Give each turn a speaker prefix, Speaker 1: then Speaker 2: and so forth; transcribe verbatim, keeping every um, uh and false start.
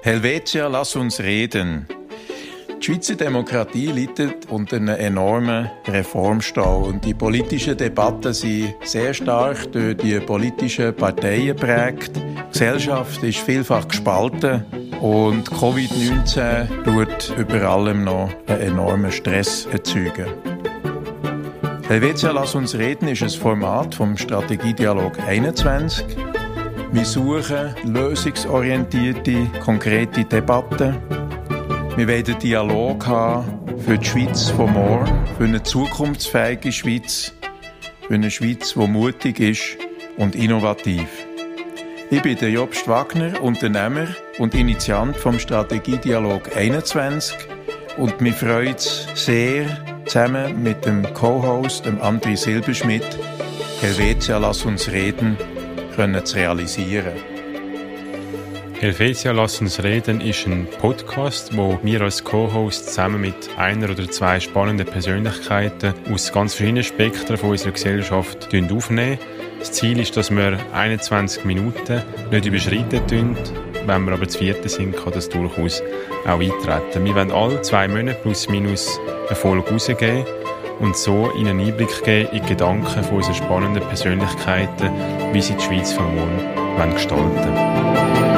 Speaker 1: Helvetia, lass uns reden. Die Schweizer Demokratie leidet unter einem enormen Reformstau und die politischen Debatten sind sehr stark durch die politischen Parteien geprägt. Die Gesellschaft ist vielfach gespalten und Covid neunzehn tut über allem noch einen enormen Stress erzeugen. Helvetia, lass uns reden ist ein Format vom Strategiedialog einundzwanzig. Wir suchen lösungsorientierte, konkrete Debatten. Wir wollen einen Dialog haben für die Schweiz von morgen, für eine zukunftsfähige Schweiz, für eine Schweiz, die mutig ist und innovativ. Ich bin der Jobst Wagner, Unternehmer und Initiant vom Strategiedialog einundzwanzig und mich freut es sehr, zusammen mit dem Co-Host, dem André Silberschmidt, Helvetia, lass uns reden, können zu realisieren.
Speaker 2: Helvetia, lass uns reden ist ein Podcast, wo wir als Co-Host zusammen mit einer oder zwei spannenden Persönlichkeiten aus ganz verschiedenen Spektren von unserer Gesellschaft aufnehmen. Das Ziel ist, dass wir einundzwanzig Minuten nicht überschreiten. Wenn wir aber zu vierten sind, kann das durchaus auch eintreten. Wir wollen alle zwei Monate plus minus eine Folge rausgeben und so ihnen einen Einblick geben in die Gedanken von unseren spannenden Persönlichkeiten, wie sie die Schweiz von morgen gestalten wollen.